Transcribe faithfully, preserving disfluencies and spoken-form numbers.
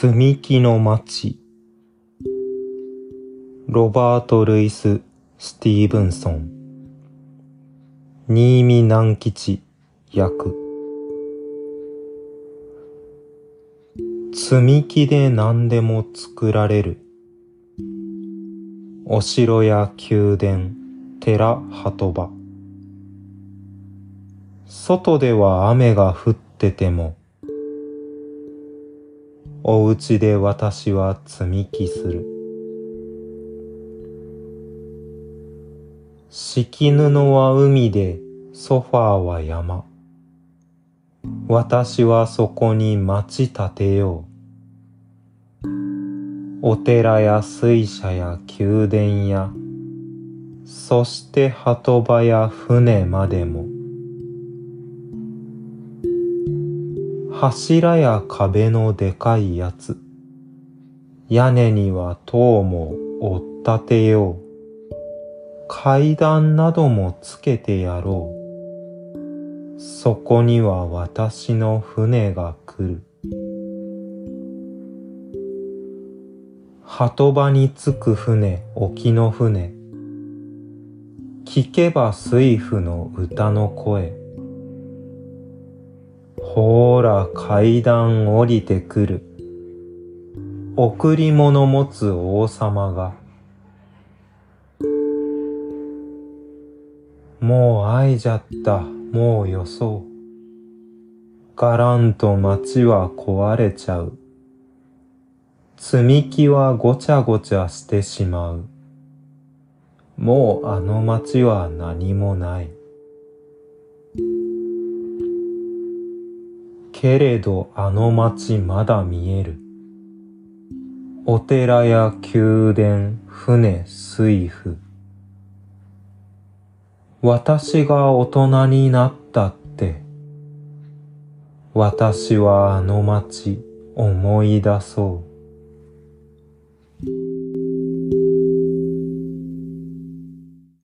積み木の町。ロバート・ルイス・スティーブンソン。新見南吉役。積み木で何でも作られる。お城や宮殿、寺、鳩場。外では雨が降ってても、お家で私は積み木する。敷布は海で、ソファーは山。私はそこに町建てよう。お寺や水車や宮殿や、そして鳩場や船までも。柱や壁のでかいやつ。屋根には塔も追っ立てよう。階段などもつけてやろう。そこには私の船が来る。鳩場に着く船、沖の船。聞けば水夫の歌の声。ほーら階段降りてくる。贈り物持つ王様が。もう会えじゃった、もうよそう。がらんと町は壊れちゃう。積み木はごちゃごちゃしてしまう。もうあの町は何もない。けれどあの町まだ見える。お寺や宮殿、船、水夫。私が大人になったって、私はあの町思い出そう。